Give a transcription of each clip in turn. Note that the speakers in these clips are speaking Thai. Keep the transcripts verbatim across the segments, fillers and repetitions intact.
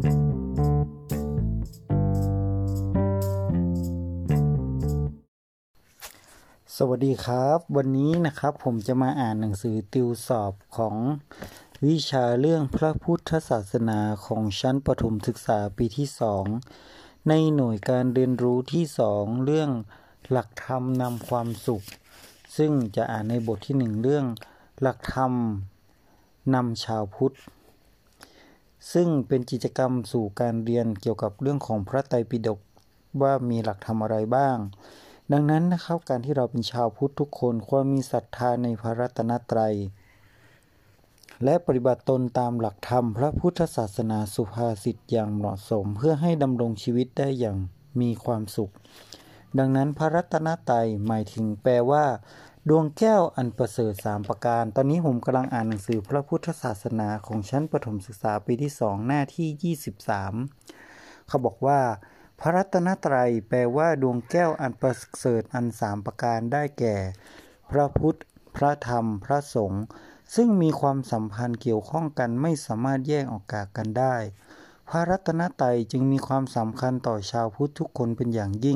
สวัสดีครับวันนี้นะครับผมจะมาอ่านหนังสือติวสอบของวิชาเรื่องพระพุทธศาสนาของชั้นประถมศึกษาปีที่สองในหน่วยการเรียนรู้ที่สองเรื่องหลักธรรมนำความสุขซึ่งจะอ่านในบทที่หนึ่งเรื่องหลักธรรมนำชาวพุทธซึ่งเป็นกิจกรรมสู่การเรียนเกี่ยวกับเรื่องของพระไตรปิฎกว่ามีหลักธรรมอะไรบ้างดังนั้นนะครับการที่เราเป็นชาวพุทธทุกคนควรมีศรัทธาในพระรัตนตรัยและปฏิบัติตนตามหลักธรรมพระพุทธศาสนาสุภาษิตอย่างเหมาะสมเพื่อให้ดำรงชีวิตได้อย่างมีความสุขดังนั้นพระรัตนตรัยหมายถึงแปลว่าดวงแก้วอันประเสริฐสามประการตอนนี้ผมกำลังอ่านหนังสือพระพุทธศาสนาของชั้นประถมศึกษาปีที่สองหน้าที่ยี่สิบสามเขาบอกว่าพระรัตนตรัยแปลว่าดวงแก้วอันประเสริฐอันสามประการได้แก่พระพุทธพระธรรมพระสงฆ์ซึ่งมีความสัมพันธ์เกี่ยวข้องกันไม่สามารถแยกออกจากกันได้พระรัตนตรัยจึงมีความสำคัญต่อชาวพุทธทุกคนเป็นอย่างยิ่ง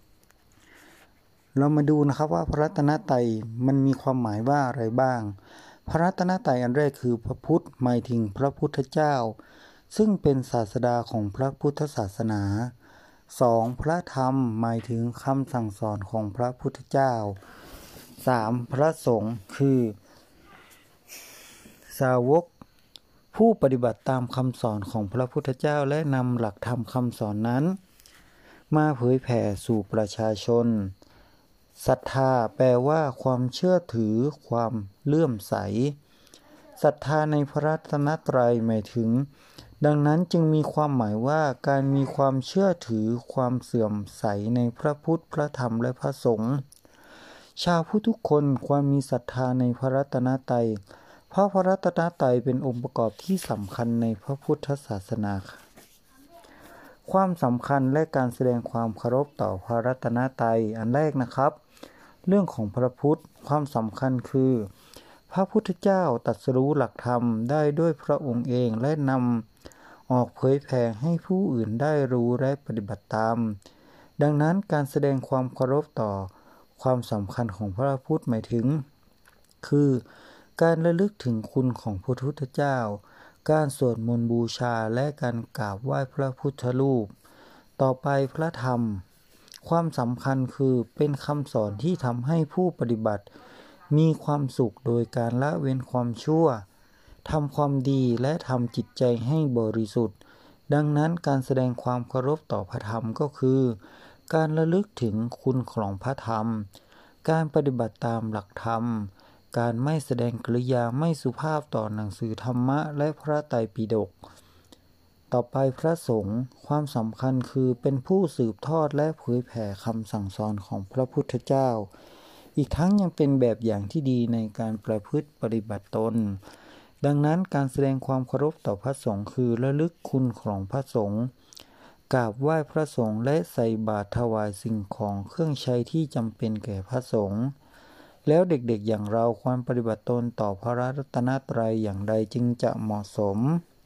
เรามาดูนะครับว่าพระรัตนตรัยมันมีความหมายว่าอะไรบ้างพระรัตนตรัยอันแรกคือพระพุทธหมายถึงพระพุทธเจ้าซึ่งเป็นศาสดาของพระพุทธศาสนาสองพระธรรมหมายถึงคำสั่งสอนของพระพุทธเจ้าสามพระสงฆ์คือสาวกผู้ปฏิบัติตามคำสอนของพระพุทธเจ้าและนำหลักธรรมคำสอนนั้นมาเผยแผ่สู่ประชาชนศรัทธาแปลว่าความเชื่อถือความเลื่อมใสศรัทธาในพระรัตนตรัยหมายถึงดังนั้นจึงมีความหมายว่าการมีความเชื่อถือความเสื่อมใสในพระพุทธพระธรรมและพระสงฆ์ชาวพุทธทุกคนควรมีศรัทธาในพระรัตนตรัยเพราะพระรัตนตรัยเป็นองค์ประกอบที่สำคัญในพระพุทธศาสนาความสำคัญและการแสดงความเคารพต่อพระรัตนตรัยอันแรกนะครับเรื่องของพระพุทธความสำคัญคือพระพุทธเจ้าตรัสรู้หลักธรรมได้ด้วยพระองค์เองและนำออกเผยแผ่ให้ผู้อื่นได้รู้และปฏิบัติตามดังนั้นการแสดงความเคารพต่อความสำคัญของพระพุทธหมายถึงคือการระลึกถึงคุณของพระพุทธเจ้าการสวดมนต์บูชาและการกราบไหว้พระพุทธรูปต่อไปพระธรรมความสำคัญคือเป็นคำสอนที่ทำให้ผู้ปฏิบัติมีความสุขโดยการละเว้นความชั่วทำความดีและทำจิตใจให้บริสุทธิ์ดังนั้นการแสดงความเคารพต่อพระธรรมก็คือการระลึกถึงคุณของพระธรรมการปฏิบัติตามหลักธรรมการไม่แสดงกริยาไม่สุภาพต่อหนังสือธรรมะและพระไตรปิฎกต่อไปพระสงฆ์ความสำคัญคือเป็นผู้สืบทอดและเผยแผ่คำสั่งสอนของพระพุทธเจ้าอีกทั้งยังเป็นแบบอย่างที่ดีในการประพฤติปฏิบัติตนดังนั้นการแสดงความเคารพต่อพระสงฆ์คือระลึกคุณของพระสงฆ์กราบไหว้พระสงฆ์และใส่บาตรถวายสิ่งของเครื่องใช้ที่จำเป็นแก่พระสงฆ์แล้วเด็กๆอย่างเราควรปฏิบัติตนต่อพระรัตนตรัยอย่างใดจึงจะเหมาะสม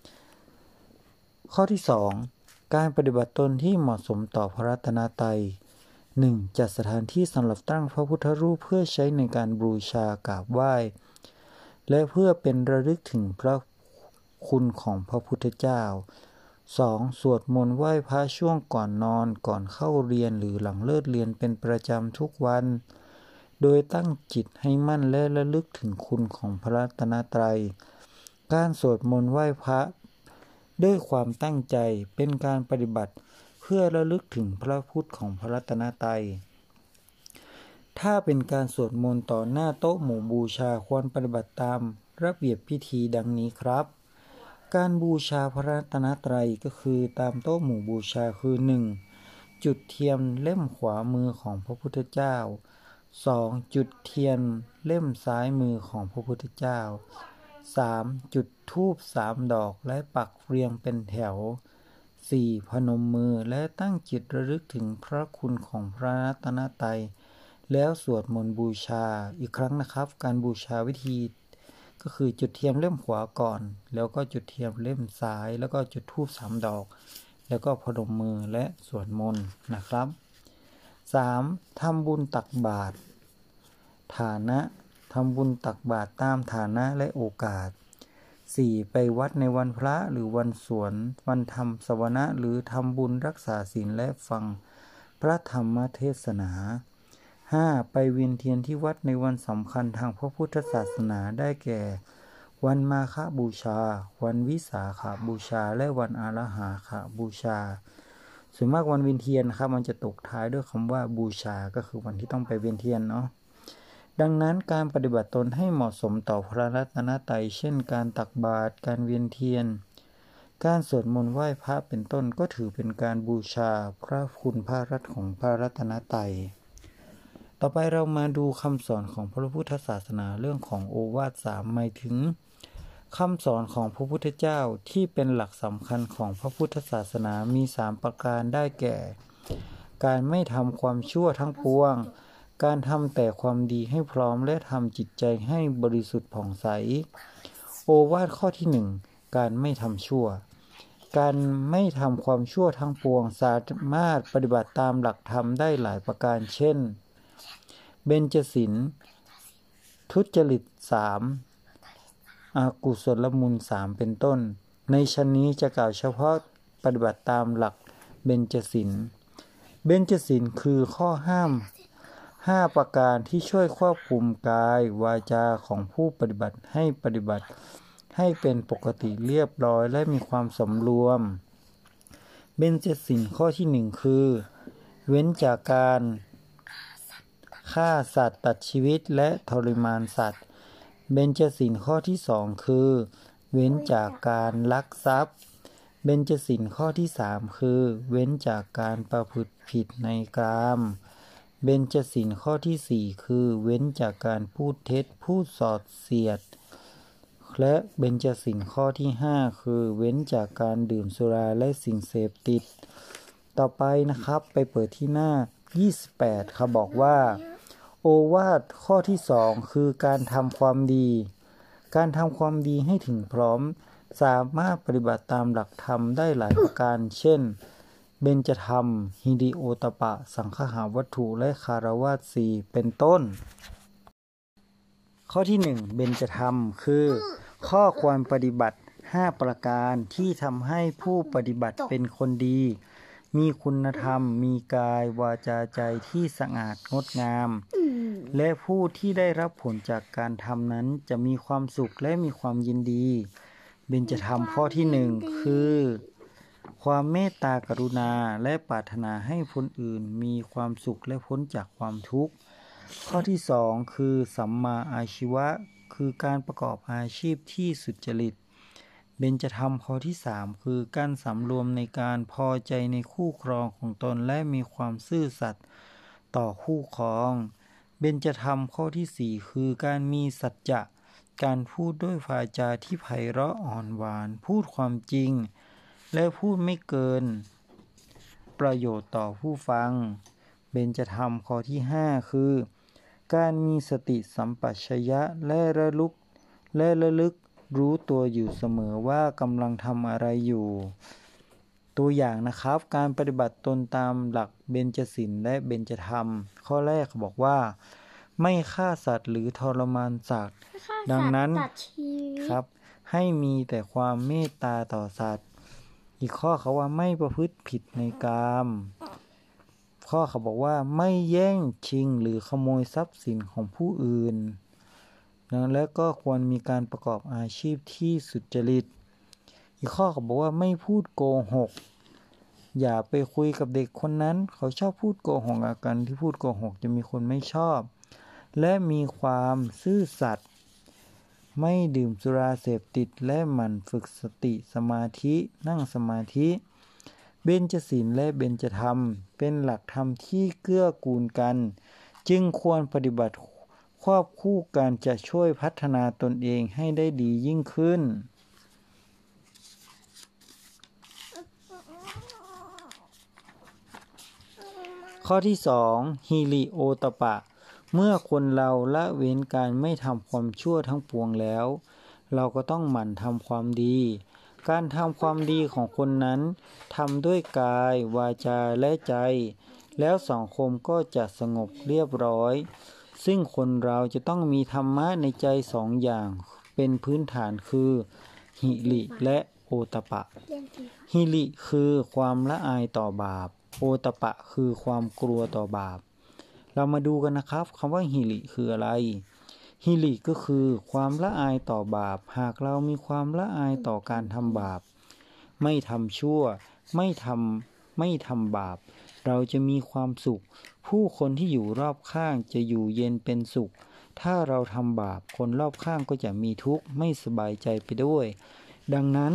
ข้อที่สองการปฏิบัติตนที่เหมาะสมต่อพระรัตนตรัย หนึ่ง. จัดสถานที่สำหรับตั้งพระพุทธรูปเพื่อใช้ในการบูชากราบไหว้และเพื่อเป็นระลึกถึงพระคุณของพระพุทธเจ้า สอง. สวดมนต์ไหว้พระช่วงก่อนนอนก่อนเข้าเรียนหรือหลังเลิกเรียนเป็นประจำทุกวันโดยตั้งจิตให้มั่นและระลึกถึงคุณของพระรัตนตรัยการสวดมนต์ไหว้พระด้วยความตั้งใจเป็นการปฏิบัติเพื่อระลึกถึงพระพุทธของพระรัตนตรัยถ้าเป็นการสวดมนต์ต่อหน้าโต๊ะหมู่บูชาควรปฏิบัติตามระเบียบพิธีดังนี้ครับการบูชาพระรัตนตรัยก็คือตามโต๊ะหมู่บูชาคือ หนึ่ง. จุดเทียนเล่มขวามือของพระพุทธเจ้า สอง. จุดเทียนเล่มซ้ายมือของพระพุทธเจ้า สาม. จุดธูปสามดอกและปักเรียงเป็นแถว สี่. พนมมือและตั้งจิตระลึกถึงพระคุณของพระรัตนตรัยแล้วสวดมนต์บูชาอีกครั้งนะครับการบูชาวิธีก็คือจุดเทียนเล่มขวาก่อนแล้วก็จุดเทียนเล่มซ้ายแล้วก็จุดธูปสามดอกแล้วก็พนมมือและสวดมนต์นะครับ สาม. ทำบุญตักบาตรฐานะทำบุญตักบาตรตามฐานะและโอกาส สี่. ไปวัดในวันพระหรือวันสวนวันธรรมสวนะหรือทำบุญรักษาศีลและฟังพระธรรมเทศนา ห้า. ไปเวียนเทียนที่วัดในวันสำคัญทางพระพุทธศาสนาได้แก่วันมาฆบูชาวันวิสาขบูชาและวันอาราหาขบูชาส่วนมากวันเวียนเทียนนะครับมันจะตกท้ายด้วยคำว่าบูชาก็คือวันที่ต้องไปเวียนเทียนเนาะดังนั้นการปฏิบัติตนให้เหมาะสมต่อพระรัตนตรัยเช่นการตักบาตรการเวียนเทียนการสวดมนต์ไหว้พระเป็นต้นก็ถือเป็นการบูชาพระคุณพระรัตน์ของพระรัตนตรัยต่อไปเรามาดูคำสอนของพระพุทธศาสนาเรื่องของโอวาทสามหมายถึงคำสอนของพระพุทธเจ้าที่เป็นหลักสำคัญของพระพุทธศาสนามีสามประการได้แก่การไม่ทำความชั่วทั้งปวงการทำแต่ความดีให้พร้อมและทำจิตใจให้บริสุทธิ์ผ่องใสโอวาทข้อที่หนึ่งการไม่ทำชั่วการไม่ทำความชั่วทั้งปวงสามารถปฏิบัติตามหลักธรรมได้หลายประการเช่นเบญจศีลทุจริตสามอกุศลมูลสามเป็นต้นในชั้นนี้จะกล่าวเฉพาะปฏิบัติตามหลักเบญจศีลเบญจศีลคือข้อห้ามห้าประการที่ช่วยควบคุมกายวาจาของผู้ปฏิบัติให้ปฏิบัติให้เป็นปกติเรียบร้อยและมีความสำรวมเบญจศีลข้อที่หนึ่งคือเว้นจากการฆ่าสัตว์ตัดชีวิตและทรมานสัตว์เบญจศีลข้อที่สองคือเว้นจากการลักทรัพย์เบญจศีลข้อที่สามคือเว้นจากการประพฤติผิดในกามเบญจศีลข้อที่สี่คือเว้นจากการพูดเท็จพูดส่อเสียดและเบญจศีลข้อที่ห้าคือเว้นจากการดื่มสุราและสิ่งเสพติดต่อไปนะครับไปเปิดที่หน้ายี่สิบแปดเขาบอกว่าโอวาทข้อที่สองคือการทำความดีการทำความดีให้ถึงพร้อมสามารถปฏิบัติตามหลักธรรมได้หลายประการเช่นเบญจธรรมหิริโอตปะสังคหาวัตถุและคารวะสี่เป็นต้นข้อที่หนึ่งเบญจธรรมคือข้อควรปฏิบัติห้าประการที่ทำให้ผู้ปฏิบัติเป็นคนดีมีคุณธรรมมีกายวาจาใจที่สะอาดงดงามและผู้ที่ได้รับผลจากการทำนั้นจะมีความสุขและมีความยินดีเบญจธรรมข้อที่หนึ่งคือความเมตตากรุณาและปรารถนาให้คนอื่นมีความสุขและพ้นจากความทุกข์ข้อที่สองคือสัมมาอาชีวะคือการประกอบอาชีพที่สุจริตเบญจธรรมข้อที่สามคือการสำรวมในการพอใจในคู่ครองของตนและมีความซื่อสัตย์ต่อคู่ครองเบญจธรรมข้อที่สี่คือการมีสัจจะการพูดด้วยวาจาที่ไพเราะอ่อนหวานพูดความจริงและพูดไม่เกินประโยชน์ต่อผู้ฟังเบญจธรรมข้อที่ห้าคือการมีสติสัมปชัญญะและระลึกและระลึกรู้ตัวอยู่เสมอว่ากำลังทำอะไรอยู่ตัวอย่างนะครับการปฏิบัติตนตามหลักเบญจศีลและเบญจธรรมข้อแรกบอกว่าไม่ฆ่าสัตว์หรือทรมานสัตว์ดังนั้นครับให้มีแต่ความเมตตาต่อสัตว์อีกข้อเขาว่าไม่ประพฤติผิดในกามข้อเขาบอกว่าไม่แย่งชิงหรือขโมยทรัพย์สินของผู้อื่นและก็ควรมีการประกอบอาชีพที่สุจริตอีกข้อเขาบอกว่าไม่พูดโกหกอย่าไปคุยกับเด็กคนนั้นเขาชอบพูดโกหกกันที่พูดโกหกจะมีคนไม่ชอบและมีความซื่อสัตย์ไม่ดื่มสุราเสพติดและหมั่นฝึกสติสมาธินั่งสมาธิเบญจศีลและเบญจธรรมเป็นหลักธรรมที่เกื้อกูลกันจึงควรปฏิบัติควบคู่กันจะช่วยพัฒนาตนเองให้ได้ดียิ่งขึ้นข้อที่สองฮิริโอตปะเมื่อคนเราละเว้นการไม่ทำความชั่วทั้งปวงแล้วเราก็ต้องหมั่นทำความดีการทำความดีของคนนั้นทำด้วยกายวาจาและใจแล้วสังคมก็จะสงบเรียบร้อยซึ่งคนเราจะต้องมีธรรมะในใจสองอย่างเป็นพื้นฐานคือหิริและโอตปะหิริคือความละอายต่อบาปโอตปะคือความกลัวต่อบาปเรามาดูกันนะครับคำว่าหิริคืออะไรหิริก็คือความละอายต่อบาปหากเรามีความละอายต่อการทำบาปไม่ทำชั่วไม่ทำไม่ทำบาปเราจะมีความสุขผู้คนที่อยู่รอบข้างจะอยู่เย็นเป็นสุขถ้าเราทำบาปคนรอบข้างก็จะมีทุกข์ไม่สบายใจไปด้วยดังนั้น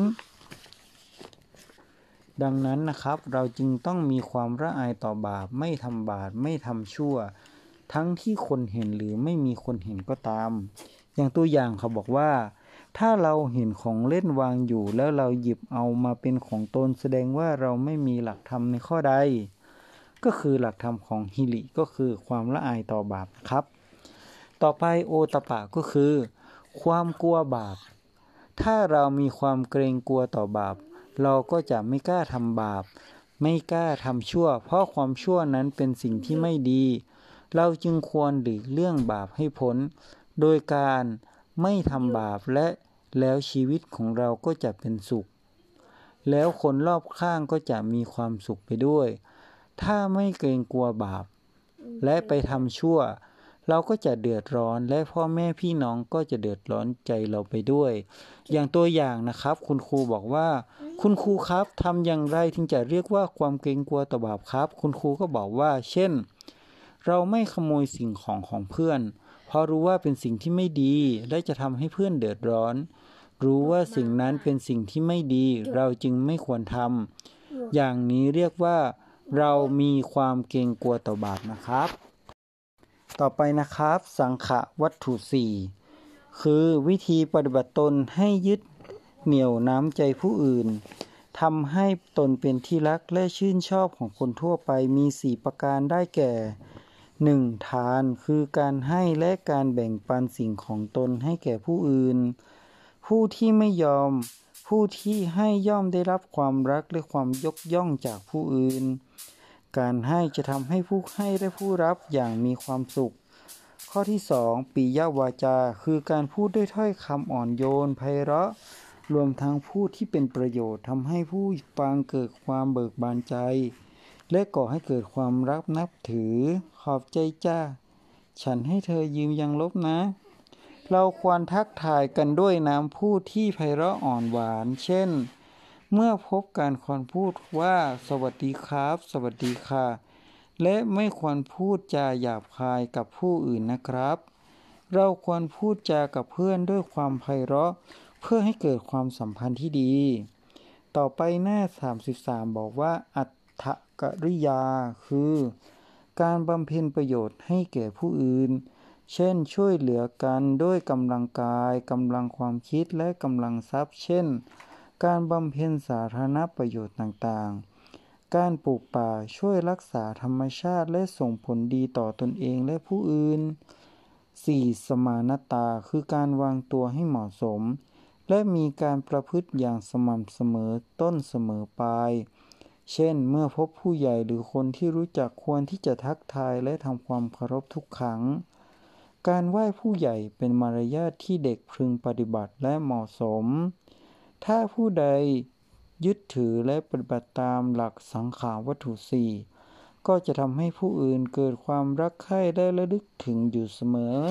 ดังนั้นนะครับเราจึงต้องมีความละอายต่อบาปไม่ทำบาปไม่ทำชั่วทั้งที่คนเห็นหรือไม่มีคนเห็นก็ตามอย่างตัวอย่างเขาบอกว่าถ้าเราเห็นของเล่นวางอยู่แล้วเราหยิบเอามาเป็นของตนแสดงว่าเราไม่มีหลักธรรมในข้อใดก็คือหลักธรรมของหิริก็คือความละอายต่อบาปครับต่อไปโอตปะก็คือความกลัวบาปถ้าเรามีความเกรงกลัวต่อบาปเราก็จะไม่กล้าทำบาปไม่กล้าทำชั่วเพราะความชั่วนั้นเป็นสิ่งที่ไม่ดีเราจึงควรหลีกเลี่ยงบาปให้พ้นโดยการไม่ทำบาปและแล้วชีวิตของเราก็จะเป็นสุขแล้วคนรอบข้างก็จะมีความสุขไปด้วยถ้าไม่เกรงกลัวบาปและไปทำชั่วเราก็จะเดือดร้อนและพ่อแม่พี่น้องก็จะเดือดร้อนใจเราไปด้วยอย่างตัวอย่างนะครับคุณครูบอกว่าคุณครูครับทำอย่างไรถึงจะเรียกว่าความเกรงกลัวต่อบาปครับคุณครูก็บอกว่าเช่นเราไม่ขโมยสิ่งของของเพื่อนเพราะรู้ว่าเป็นสิ่งที่ไม่ดีและจะทำให้เพื่อนเดือดร้อนรู้ว่าสิ่งนั้นเป็นสิ่งที่ไม่ดีเราจึงไม่ควรทำอย่างนี้เรียกว่าเรามีความเกรงกลัวต่อบาปนะครับต่อไปนะครับสังขะวัตถุสี่คือวิธีปฏิบัติตนให้ยึดเหนี่ยวน้ำใจผู้อื่นทำให้ตนเป็นที่รักและชื่นชอบของคนทั่วไปมีสี่ประการได้แก่หนึ่งทานคือการให้และการแบ่งปันสิ่งของตนให้แก่ผู้อื่นผู้ที่ไม่ยอมผู้ที่ให้ย่อมได้รับความรักและความยกย่องจากผู้อื่นการให้จะทำให้ผู้ให้และผู้รับอย่างมีความสุขข้อที่สองปิยวาจาคือการพูดด้วยถ้อยคำอ่อนโยนไพเราะรวมทั้งพูดที่เป็นประโยชน์ทำให้ผู้ฟังเกิดความเบิกบานใจและก่อให้เกิดความรักนับถือขอบใจจ้าฉันให้เธอยืมยังลบนะเราควรทักทายกันด้วยน้ำพูดที่ไพเราะอ่อนหวานเช่นเมื่อพบกันควรพูดว่าสวัสดีครับสวัสดีค่ะและไม่ควรพูดจาหยาบคายกับผู้อื่นนะครับเราควรพูดจากับเพื่อนด้วยความไพเราะเพื่อให้เกิดความสัมพันธ์ที่ดีต่อไปหน้าสามสิบสามบอกว่าอัตถกริยาคือการบำเพ็ญประโยชน์ให้แก่ผู้อื่นเช่นช่วยเหลือกันด้วยกำลังกายกำลังความคิดและกำลังทรัพย์เช่นการบำเพ็ญสาธารณประโยชน์ต่างๆการปลูกป่าช่วยรักษาธรรมชาติและส่งผลดีต่อตนเองและผู้อื่นสี่สมานตาคือการวางตัวให้เหมาะสมและมีการประพฤติอย่างสม่ำเสมอต้นเสมอปลายเช่นเมื่อพบผู้ใหญ่หรือคนที่รู้จักควรที่จะทักทายและทำความเคารพทุกครั้งการไหว้ผู้ใหญ่เป็นมารยาทที่เด็กพึงปฏิบัติและเหมาะสมถ้าผู้ใดยึดถือและปฏิบัติตามหลักสังขารวัตถุสี่ก็จะทำให้ผู้อื่นเกิดความรักใคร่ได้ระลึกถึงอยู่เสมอ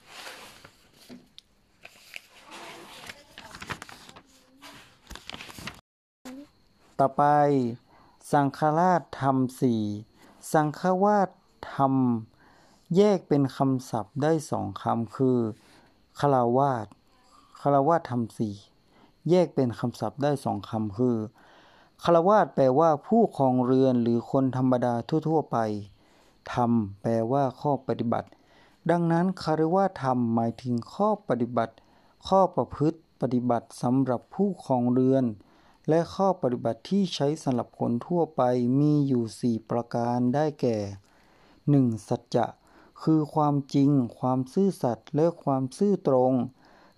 ต่อไปสังฆราชธรรมสี่สังฆวาสธรรมแยกเป็นคำศัพท์ได้สองคำคือฆราวาสฆราวาสธรรมสี่แยกเป็นคำศัพท์ได้สองคำคือฆราวาสแปลว่าผู้ครองเรือนหรือคนธรรมดาทั่วๆไปธรรมแปลว่าข้อปฏิบัติดังนั้นฆราวาสธรรมหมายถึงข้อปฏิบัติข้อประพฤติปฏิบัติสำหรับผู้ครองเรือนและข้อปฏิบัติที่ใช้สำหรับคนทั่วไปมีอยู่สี่ประการได้แก่หนึ่งสัจจะคือความจริงความซื่อสัตย์และความซื่อตรง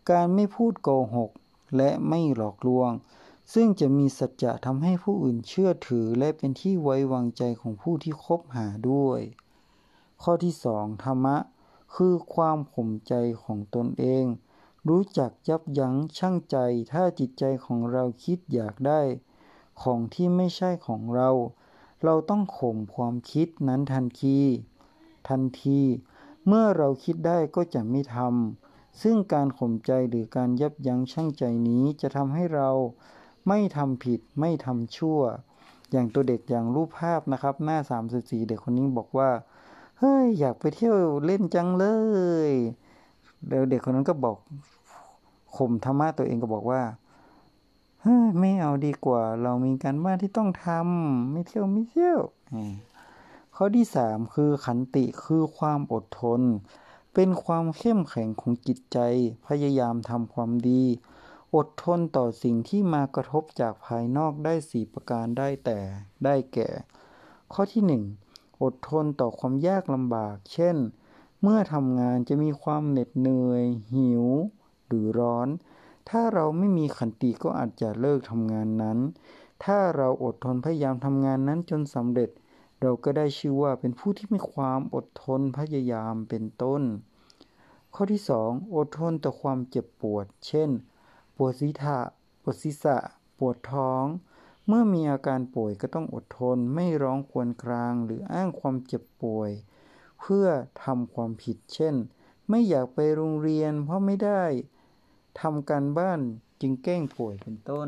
การไม่พูดโกหกและไม่หลอกลวงซึ่งจะมีสัจจะทำให้ผู้อื่นเชื่อถือและเป็นที่ไว้วางใจของผู้ที่คบหาด้วยข้อที่สองธรรมะคือความข่มใจของตนเองรู้จักยับยั้งชั่งใจถ้าจิตใจของเราคิดอยากได้ของที่ไม่ใช่ของเราเราต้องข่มความคิดนั้นทันทีทันทีเมื่อเราคิดได้ก็จะไม่ทำซึ่งการข่มใจหรือการยับยั้งชั่งใจนี้จะทำให้เราไม่ทำผิดไม่ทำชั่วอย่างตัวเด็กอย่างรูปภาพนะครับหน้าสามสิบสี่เด็กคนนี้บอกว่าเฮ้ยอยากไปเที่ยวเล่นจังเลยแล้วเด็กคนนั้นก็บอกข่มธรรมะตัวเองก็บอกว่าเฮ้ยไม่เอาดีกว่าเรามีการบ้านที่ต้องทำไม่เที่ยวไม่เที่ยวข้อที่สามคือขันติคือความอดทนเป็นความเข้มแข็งของจิตใจพยายามทำความดีอดทนต่อสิ่งที่มากระทบจากภายนอกได้สี่ประการได้แต่ได้แก่ข้อที่หนึ่งอดทนต่อความยากลำบากเช่นเมื่อทำงานจะมีความเหน็ดเหนื่อยหิวหรือร้อนถ้าเราไม่มีขันติก็อาจจะเลิกทำงานนั้นถ้าเราอดทนพยายามทำงานนั้นจนสำเร็จเราก็ได้ชื่อว่าเป็นผู้ที่มีความอดทนพยายามเป็นต้นข้อที่สองอดทนต่อความเจ็บปวดเช่นปวดศีรษะปวดศีรษะปวดท้องเมื่อมีอาการป่วยก็ต้องอดทนไม่ร้องครวญครางหรืออ้างความเจ็บป่วยเพื่อทำความผิดเช่นไม่อยากไปโรงเรียนเพราะไม่ได้ทำการบ้านจึงแกล้งป่วยเป็นต้น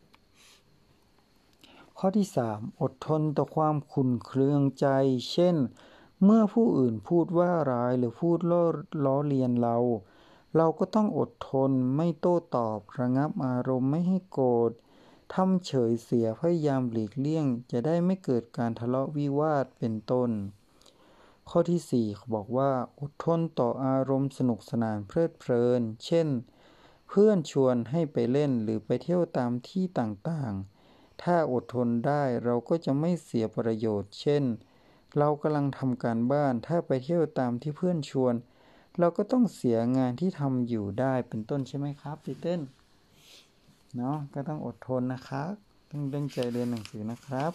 ข้อที่สามอดทนต่อความขุ่นเคืองใจเช่นเมื่อผู้อื่นพูดว่าร้ายหรือพูดล้อล้อเลียนเราเราก็ต้องอดทนไม่โต้ตอบระงับอารมณ์ไม่ให้โกรธทำเฉยเสียพยายามหลีกเลี่ยงจะได้ไม่เกิดการทะเลาะวิวาทเป็นต้นข้อที่สี่เขาบอกว่าอดทนต่ออารมณ์สนุกสนานเพลิดเพลินเช่นเพื่อนชวนให้ไปเล่นหรือไปเที่ยวตามที่ต่างๆถ้าอดทนได้เราก็จะไม่เสียประโยชน์เช่นเรากำลังทำการบ้านถ้าไปเที่ยวตามที่เพื่อนชวนเราก็ต้องเสียงานที่ทำอยู่ได้เป็นต้นใช่ไหมครับพี่เต้นเนาะก็ต้องอดทนนะครับต้องตั้งใจเรียนหนังสือนะครับ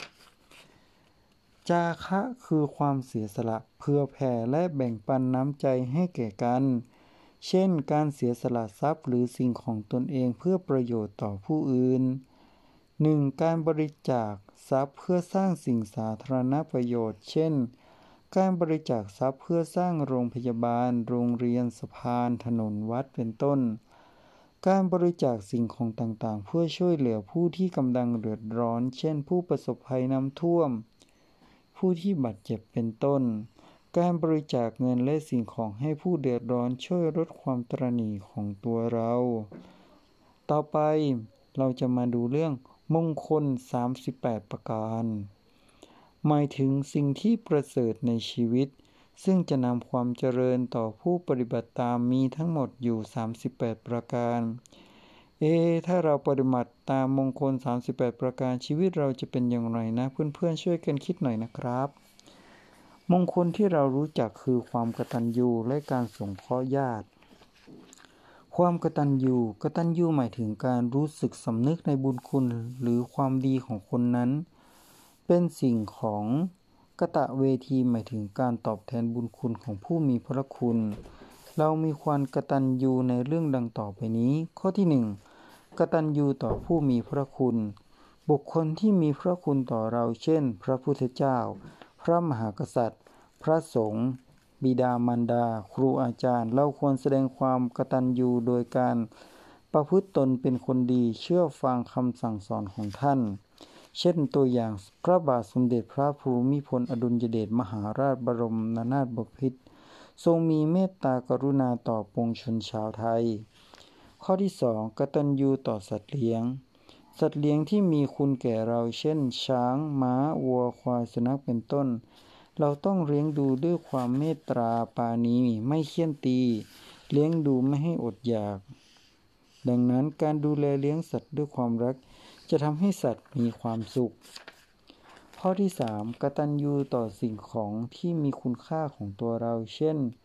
จาคะคือความเสียสละเพื่อแผ่และแบ่งปันน้ำใจให้แก่กันเช่นการเสียสละทรัพย์หรือสิ่งของตนเองเพื่อประโยชน์ต่อผู้อื่น หนึ่ง. การบริจาคทรัพย์เพื่อสร้างสิ่งสาธารณประโยชน์เช่นการบริจาคทรัพย์เพื่อสร้างโรงพยาบาลโรงเรียนสะพานถนนวัดเป็นต้นการบริจาคสิ่งของต่างๆเพื่อช่วยเหลือผู้ที่กำลังเดือดร้อนเช่นผู้ประสบภัยน้ำท่วมผู้ที่บาดเจ็บเป็นต้นการบริจาคเงินและสิ่งของให้ผู้เดือดร้อนช่วยลดความตระหนี่ของตัวเราต่อไปเราจะมาดูเรื่องมงคลสามสิบแปดประการหมายถึงสิ่งที่ประเสริฐในชีวิตซึ่งจะนำความเจริญต่อผู้ปฏิบัติตามมีทั้งหมดอยู่สามสิบแปดประการเอถ้าเราปฏิบัติตามมงคลสามสิบแปดประการชีวิตเราจะเป็นอย่างไรนะเพื่อนๆช่วยกันคิดหน่อยนะครับมงคลที่เรารู้จักคือความกตัญญูและการสงเคราะห์ญาติความกตัญญูกตัญญูหมายถึงการรู้สึกสำนึกในบุญคุณหรือความดีของคนนั้นเป็นสิ่งของกตเวทีหมายถึงการตอบแทนบุญคุณของผู้มีพระคุณเรามีความกตัญญูในเรื่องดังต่อไปนี้ข้อที่หนึ่งกตัญญูต่อผู้มีพระคุณบุคคลที่มีพระคุณต่อเราเช่นพระพุทธเจ้าพระมหากษัตริย์พระสงฆ์บิดามารดาครูอาจารย์เราควรแสดงความกตัญญูโดยการประพฤติตนเป็นคนดีเชื่อฟังคำสั่งสอนของท่านเช่นตัวอย่างพระบาทสมเด็จพระภูมิพลอดุลยเดชมหาราชบรมนาถบพิตรทรงมีเมตตากรุณาต่อปวงชนชาวไทยข้อที่สองกตัญญูต่อสัตว์เลี้ยงสัตว์เลี้ยงที่มีคุณแก่เราเช่นช้างม้าวัวควายสุนัขเป็นต้นเราต้องเลี้ยงดูด้วยความเมตตาปราณีไม่เฆี่ยนตีเลี้ยงดูไม่ให้อดอยากดังนั้นการดูแลเลี้ยงสัตว์ด้วยความรักจะทำให้สัตว์มีความสุขข้อที่สามกตัญญูต่อสิ่งของที่มีคุณค่าของตัวเราเช่น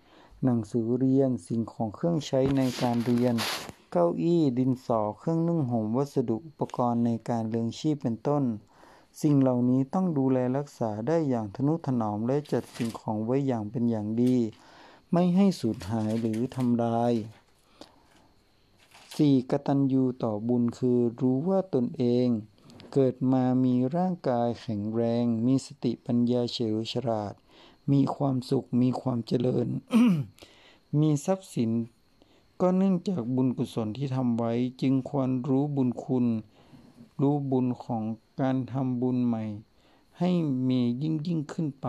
หนังสือเรียนสิ่งของเครื่องใช้ในการเรียนเก้าอี้ดินสอเครื่องนึ่งห่มวัสดุอุปกรณ์ในการเลี้ยงชีพเป็นต้นสิ่งเหล่านี้ต้องดูแลรักษาได้อย่างทนุถนอมและจัดสิ่งของไว้อย่างเป็นอย่างดีไม่ให้สูญหายหรือทำลาย สี่ กตัญญูต่อบุญคือรู้ว่าตนเองเกิดมามีร่างกายแข็งแรงมีสติปัญญาเฉลียวฉลาดมีความสุขมีความเจริญ มีทรัพย์สินก็เนื่องจากบุญกุศลที่ทำไว้จึงควรรู้บุญคุณรู้บุญของการทำบุญใหม่ให้มียิ่งยิ่งขึ้นไป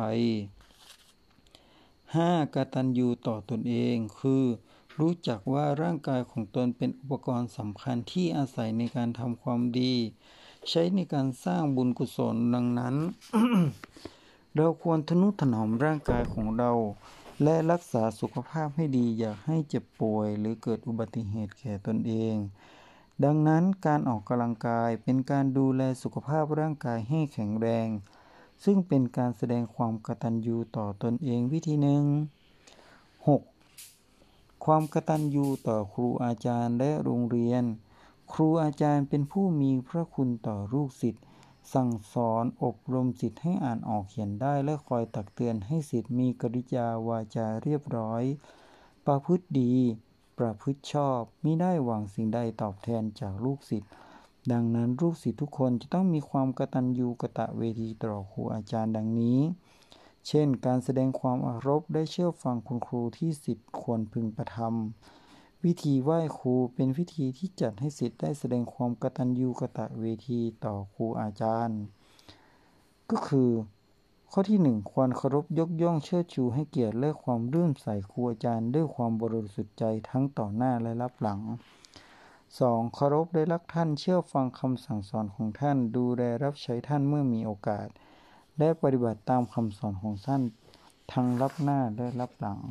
ห้า กตัญญูต่อตนเองคือรู้จักว่าร่างกายของตนเป็นอุปกรณ์สำคัญที่อาศัยในการทำความดีใช้ในการสร้างบุญกุศลดังนั้น เราควรทนุถนอมร่างกายของเราและรักษาสุขภาพให้ดีอย่าให้เจ็บป่วยหรือเกิดอุบัติเหตุแก่ตนเองดังนั้นการออกกำลังกายเป็นการดูแลสุขภาพร่างกายให้แข็งแรงซึ่งเป็นการแสดงความกตัญญูต่อตนเองวิธีหนึ่ง หก ความกตัญญูต่อครูอาจารย์และโรงเรียนครูอาจารย์เป็นผู้มีพระคุณต่อลูกศิษย์สั่งสอนอบรมศิษย์ให้อ่านออกเขียนได้และคอยตักเตือนให้ศิษย์มีกริยาวาจาเรียบร้อยประพฤติดีประพฤติชอบมิได้หวังสิ่งใดตอบแทนจากลูกศิษย์ดังนั้นลูกศิษย์ทุกคนจะต้องมีความกตัญญูกตเวทีต่อครูอาจารย์ดังนี้เช่นการแสดงความเคารพได้เชื่อฟังคุณครูที่ศิษย์ควรพึงกระทำวิธีไหว้ครูเป็นวิธีที่จัดให้ศิษย์ได้แสดงความกตัญญูกตเวทีต่อครูอาจารย์ก็คือข้อที่หนึ่งควรเคารพยกย่องเชิดชูให้เกียรติและความเลื่อมใสครูอาจารย์ด้วยความบริสุทธิ์ใจทั้งต่อหน้าและรับหลัง สอง เคารพและรักท่านเชื่อฟังคำสั่งสอนของท่านดูแลรับใช้ท่านเมื่อมีโอกาสและปฏิบัติตามคำสอนของท่านทั้งรับหน้าและรับหลัง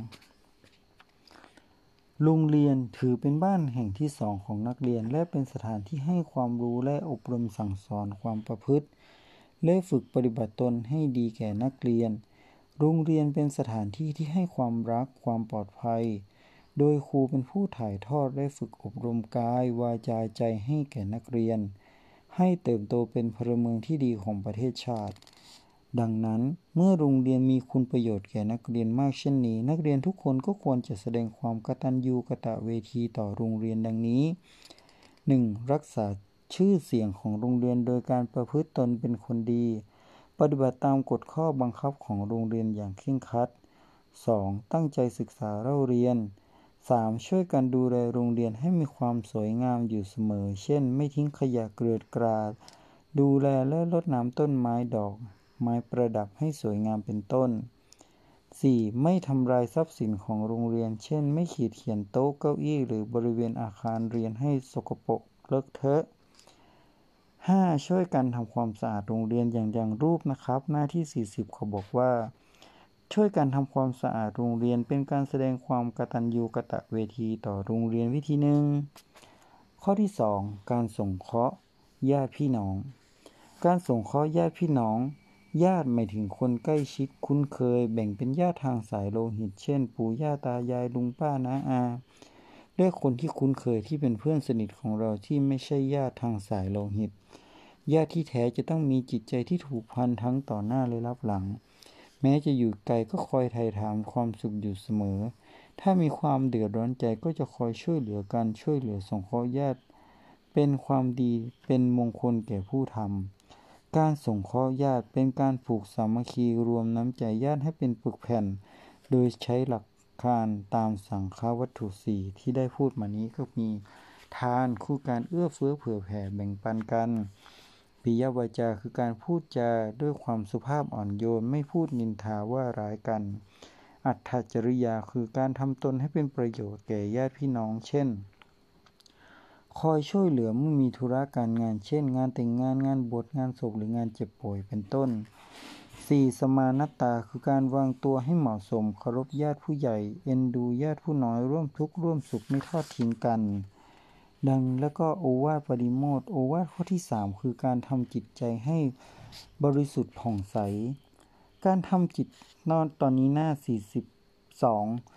โรงเรียนถือเป็นบ้านแห่งที่สองของนักเรียนและเป็นสถานที่ให้ความรู้และอบรมสั่งสอนความประพฤติและฝึกปฏิบัติตนให้ดีแก่นักเรียนโรงเรียนเป็นสถานที่ที่ให้ความรักความปลอดภัยโดยครูเป็นผู้ถ่ายทอดและฝึกอบรมกายวาจาใจให้แก่นักเรียนให้เติบโตเป็นพลเมืองที่ดีของประเทศชาติดังนั้นเมื่อโรงเรียนมีคุณประโยชน์แก่นักเรียนมากเช่นนี้นักเรียนทุกคนก็ควรจะแสดงความกตัญญูกตเวทีต่อโรงเรียนดังนี้ หนึ่ง รักษาชื่อเสียงของโรงเรียนโดยการประพฤติตนเป็นคนดีปฏิบัติตามกฎข้อบังคับของโรงเรียนอย่างเคร่งครัด สอง ตั้งใจศึกษาเล่าเรียน สาม ช่วยกันดูแลโรงเรียนให้มีความสวยงามอยู่เสมอเช่นไม่ทิ้งขยะเกลื่อนกลาดดูแลและรดน้ำต้นไม้ดอกไม้ประดับให้สวยงามเป็นต้น สี่ ไม่ทำลายทรัพย์สินของโรงเรียนเช่นไม่ขีดเขียนโต๊ะเก้าอี้หรือบริเวณอาคารเรียนให้สกปรกเลอะเทอะ ห้า ช่วยกันทำความสะอาดโรงเรียนอย่างอย่างรูปนะครับหน้าที่สี่สิบเขาบอกว่าช่วยกันทำความสะอาดโรงเรียนเป็นการแสดงความกตัญญูกตเวทีต่อโรงเรียนวิธีหนึ่งข้อที่สองการสงเคราะห์ญาติพี่น้องการสงเคราะห์ญาติพี่น้องญาติหมายถึงคนใกล้ชิดคุ้นเคยแบ่งเป็นญาติทางสายโลหิตเช่นปู่ย่าตายายลุงป้าน้าอาและคนที่คุ้นเคยที่เป็นเพื่อนสนิทของเราที่ไม่ใช่ญาติทางสายโลหิตญาติที่แท้จะต้องมีจิตใจที่ผูกพันทั้งต่อหน้าและรับหลังแม้จะอยู่ไกลก็คอยไถ่ถามความสุขอยู่เสมอถ้ามีความเดือดร้อนใจก็จะคอยช่วยเหลือกันช่วยเหลือสงเคราะห์ญาติเป็นความดีเป็นมงคลแก่ผู้ทำการสงเคราะห์ญาติเป็นการผูกสามัคคีรวมน้ำใจญาติให้เป็นปึกแผ่นโดยใช้หลักการตามสังฆวัตถุสี่ที่ได้พูดมานี้ก็มีทานคู่การเอื้อเฟื้อเผื่อแผ่แบ่งปันกันปิยวาจาคือการพูดจาด้วยความสุภาพอ่อนโยนไม่พูดนินทาว่าร้ายกันอัตถจริยาคือการทำตนให้เป็นประโยชน์แก่ญาติพี่น้องเช่นคอยช่วยเหลือเมื่อมีธุระการงานเช่นงานแต่งงานงานบวชงานศพหรืองานเจ็บป่วยเป็นต้น สี่ สมานัตตาคือการวางตัวให้เหมาะสมเคารพญาติผู้ใหญ่เอ็นดูญาติผู้น้อยร่วมทุกข์ร่วมสุขไม่ทอดทิ้งกันดังแล้วก็โอวาทปริโมทย์โอวาทข้อที่สามคือการทำจิตใจให้บริสุทธิ์ผ่องใสการทำจิตนอนตอนนี้หน้าสี่สิบสอง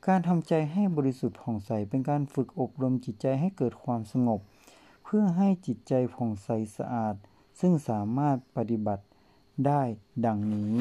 การทำใจให้บริสุทธิ์ผ่องใสเป็นการฝึกอบรมจิตใจให้เกิดความสงบเพื่อให้จิตใจผ่องใสสะอาดซึ่งสามารถปฏิบัติได้ดังนี้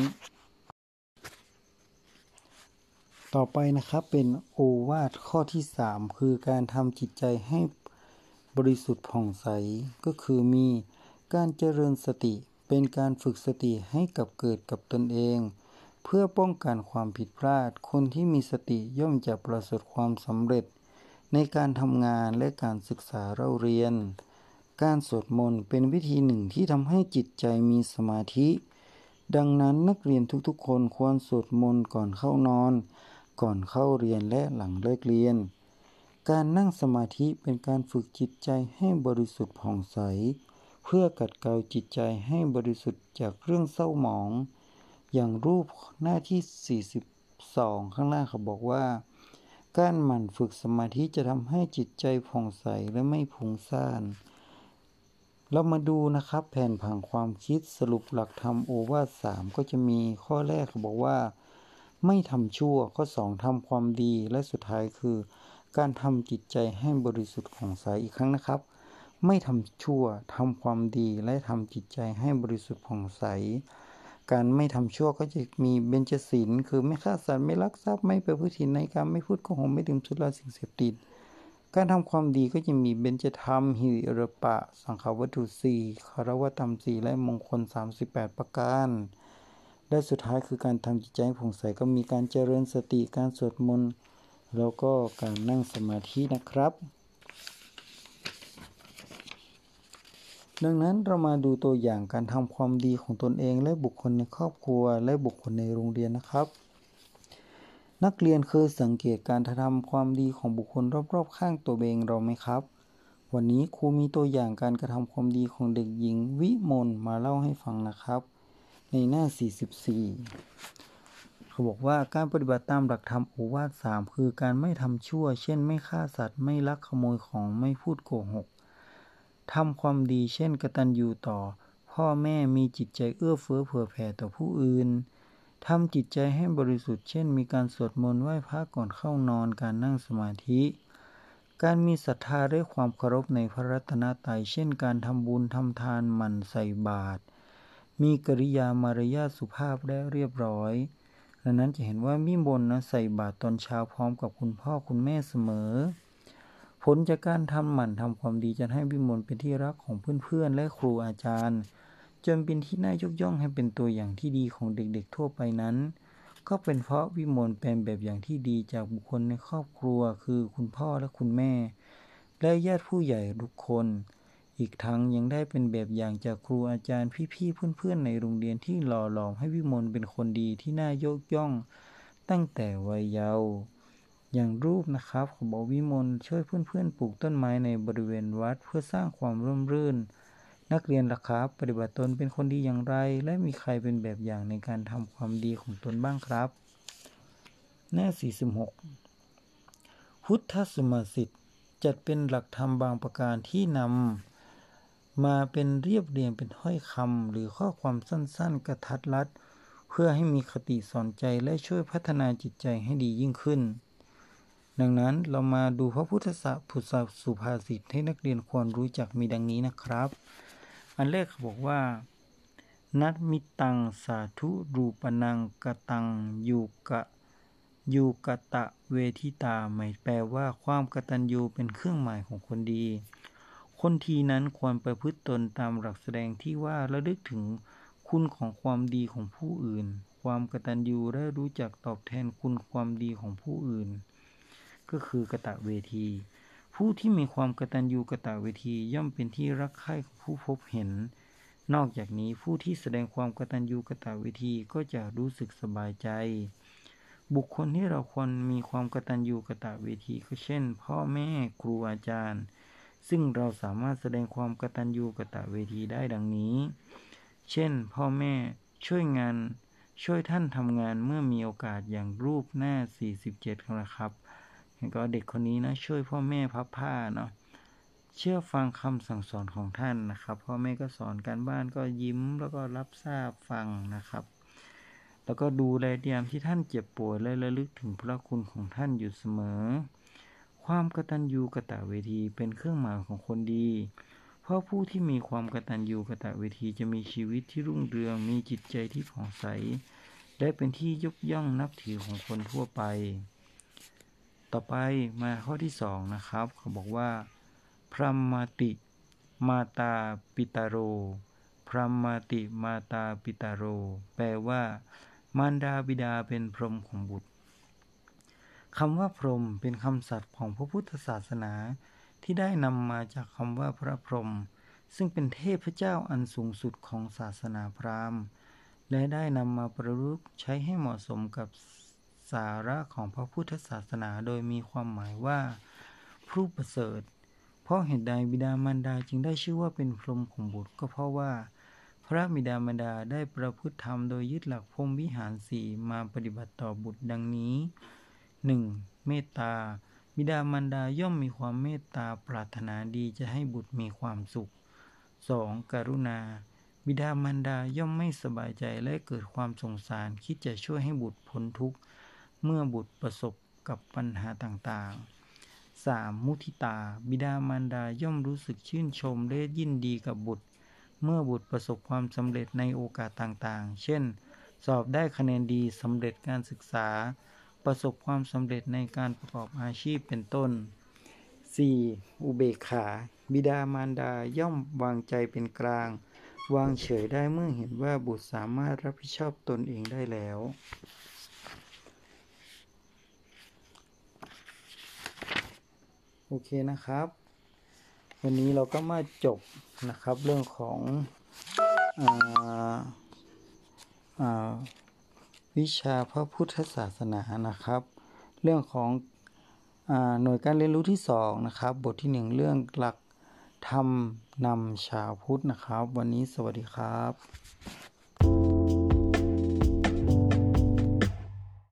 ต่อไปนะครับเป็นโอวาทข้อที่สามคือการทำจิตใจให้บริสุทธิ์ผ่องใสก็คือมีการเจริญสติเป็นการฝึกสติให้กับเกิดกับตนเองเพื่อป้องกันความผิดพลาดคนที่มีสติย่อมจะประสบความสำเร็จในการทำงานและการศึกษาเล่าเรียนการสวดมนต์เป็นวิธีหนึ่งที่ทำให้จิตใจมีสมาธิดังนั้นนักเรียนทุกๆคนควรสวดมนต์ก่อนเข้านอนก่อนเข้าเรียนและหลังเลิกเรียนการนั่งสมาธิเป็นการฝึกจิตใจให้บริสุทธิ์ผ่องใสเพื่อขัดเกลาจิตใจให้บริสุทธิ์จากเรื่องเศร้าหมองอย่างรูปหน้าที่สี่สิบสองข้างล่างเขาบอกว่าการหมั่นฝึกสมาธิจะทำให้จิตใจผ่องใสและไม่ฟุ้งซ่านเรามาดูนะครับแผนผังความคิดสรุปหลักธรรมโอวาทสามก็จะมีข้อแรกเขาบอกว่าไม่ทำชั่วข้อสองทำความดีและสุดท้ายคือการทำจิตใจให้บริสุทธิ์ผ่องใสอีกครั้งนะครับไม่ทำชั่วทำความดีและทำจิตใจให้บริสุทธิ์ผ่องใสการไม่ทำชั่วก็จะมีเบญจศีลคือไม่ฆ่าสัตว์ไม่ลักทรัพย์ไม่ประพฤติผิดในกรรมไม่พูดโกหกไม่ดื่มสุราสิ่งเสพติดการทำความดีก็จะมีเบญจธรรมหิริปะสังฆวัตถุสี่คารวะธรรมสี่และมงคลสามสิบแปดประการและสุดท้ายคือการทำจิตใจให้ผ่องใสก็มีการเจริญสติการสวดมนต์แล้วก็การนั่งสมาธินะครับดังนั้นเรามาดูตัวอย่างการทำความดีของตนเองและบุคคลในครอบครัวและบุคคลในโรงเรียนนะครับนักเรียนเคยสังเกตการทำความดีของบุคคลรอบๆข้างตัวเองเราไหมครับวันนี้ครูมีตัวอย่างการกระทำความดีของเด็กหญิงวิมลมาเล่าให้ฟังนะครับในหน้าสี่สิบสี่เขาบอกว่าการปฏิบัติตามหลักธรรมโอวาทสามคือการไม่ทำชั่วเช่นไม่ฆ่าสัตว์ไม่ลักขโมยของไม่พูดโกหกทำความดีเช่นกตัญญูต่อพ่อแม่มีจิตใจเอื้อเฟื้อเผื่อแผ่ต่อผู้อื่นทำจิตใจให้บริสุทธิ์เช่นมีการสวดมนต์ไหว้พระก่อนเข้านอนการนั่งสมาธิการมีศรัทธาด้วยความเคารพในพระรัตนตรัยเช่นการทำบุญทำทานหมั่นใส่บาตรมีกริยามารยาทสุภาพและเรียบร้อยดังนั้นจะเห็นว่าวิมลนะใส่บาตรตอนเช้าพร้อมกับคุณพ่อคุณแม่เสมอผลจากการทำหมั่นทำความดีจะให้วิมลเป็นที่รักของเพื่อนๆและครูอาจารย์จนเป็นที่น่ายกย่องให้เป็นตัวอย่างที่ดีของเด็กๆทั่วไปนั้นก็เป็นเพราะวิมลเป็นแบบอย่างที่ดีจากบุคคลในครอบครัวคือคุณพ่อและคุณแม่และญาติผู้ใหญ่ทุกคนอีกทั้งยังได้เป็นแบบอย่างจากครูอาจารย์พี่ๆเพื่อนๆในโรงเรียนที่หล่อหลอมให้วิมลเป็นคนดีที่น่ายกย่องตั้งแต่วัยเยาว์อย่างรูปนะครับเขาบอกวิมลช่วยเพื่อนๆปลูกต้นไม้ในบริเวณวัดเพื่อสร้างความร่มรื่นนักเรียนล่ะครับปฏิบัติตนเป็นคนดีอย่างไรและมีใครเป็นแบบอย่างในการทำความดีของตนบ้างครับหน้าสี่สิบหกพุทธสุมาษิตจัดเป็นหลักธรรมบางประการที่นำมาเป็นเรียบเรียงเป็นถ้อยคำหรือข้อความสั้นๆกระทัดรัดเพื่อให้มีคติสอนใจและช่วยพัฒนาจิตใจให้ดียิ่งขึ้นดังนั้นเรามาดูพระพุทธสุภาษิตให้นักเรียนควรรู้จักมีดังนี้นะครับอันแรกเขาบอกว่านัตมิตังสาธุรูปนังกตังยูกะยูกตะเวทิตาหมายแปลว่าความกตัญญูเป็นเครื่องหมายของคนดีคนทีนั้นควรประพฤติตนตามหลักแสดงที่ว่าระลึกถึงคุณของความดีของผู้อื่นความกตัญญูและรู้จักตอบแทนคุณความดีของผู้อื่นก็คือกตเวทีผู้ที่มีความกตัญญูกตเวทีย่อมเป็นที่รักใคร่ของผู้พบเห็นนอกจากนี้ผู้ที่แสดงความกตัญญูกตเวทีก็จะรู้สึกสบายใจบุคคลที่เราควรมีความกตัญญูกตเวทีก็เช่นพ่อแม่ครูอาจารย์ซึ่งเราสามารถแสดงความกตัญญูกตเวทีได้ดังนี้เช่นพ่อแม่ช่วยงานช่วยท่านทำงานเมื่อมีโอกาสอย่างรูปหน้าสี่สิบเจ็ดนะครับก็เด็กคนนี้นะช่วยพ่อแม่พับผ้าเนาะเชื่อฟังคำสั่งสอนของท่านนะครับพ่อแม่ก็สอนการบ้านก็ยิ้มแล้วก็รับทราบฟังนะครับแล้วก็ดูแลยามที่ท่านเจ็บป่วยและระลึกถึงพระคุณของท่านอยู่เสมอความกตัญญูกตเวทีเป็นเครื่องหมายของคนดีเพราะผู้ที่มีความกตัญญูกตเวทีจะมีชีวิตที่รุ่งเรืองมีจิตใจที่ผ่องใสและเป็นที่ยกย่องนับถือของคนทั่วไปต่อไปมาข้อที่สองนะครับเขาบอกว่าพรหมติมาตาปิตาโรพรหมติมาตาปิตาโรแปลว่ามารดาบิดาเป็นพรหมของบุตรคำว่าพรหมเป็นคำศัพท์ของพระพุทธศาสนาที่ได้นำมาจากคำว่าพระพรหมซึ่งเป็นเทพเจ้าอันสูงสุดของศาสนาพราหมณ์และได้นำมาประยุกต์ใช้ให้เหมาะสมกับสาระของพระพุทธศาสนาโดยมีความหมายว่าผู้ประเสริฐเพราะเหตุใดบิดามารดาจึงได้ชื่อว่าเป็นพรหมของบุตรก็เพราะว่าพระบิดามารดาได้ประพฤติธรรมโดยยึดหลักพรหมวิหารสี่มาปฏิบัติต่อบุตรดังนี้ หนึ่ง. เมตตาบิดามารดาย่อมมีความเมตตาปรารถนาดีจะให้บุตรมีความสุข สอง. กรุณาบิดามารดาย่อมไม่สบายใจและเกิดความสงสารคิดจะช่วยให้บุตรพ้นทุกข์เมื่อบุตรประสบกับปัญหาต่างๆ สาม. มุทิตาบิดามารดาย่อมรู้สึกชื่นชมและยินดีกับบุตรเมื่อบุตรประสบความสำเร็จในโอกาสต่างๆเช่นสอบได้คะแนนดีสำเร็จการศึกษาประสบความสำเร็จในการประกอบอาชีพเป็นต้น สี่. อุเบกขาบิดามารดาย่อมวางใจเป็นกลางวางเฉยได้เมื่อเห็นว่าบุตรสามารถรับผิดชอบตนเองได้แล้วโอเคนะครับวันนี้เราก็มาจบนะครับเรื่องของอ่าอ่าวิชาพระพุทธศาสนานะครับเรื่องของอ่าหน่วยการเรียนรู้ที่สองนะครับบทที่หนึ่งเรื่องหลักธรรมนำชาวพุทธนะครับวันนี้สวัสดีครับ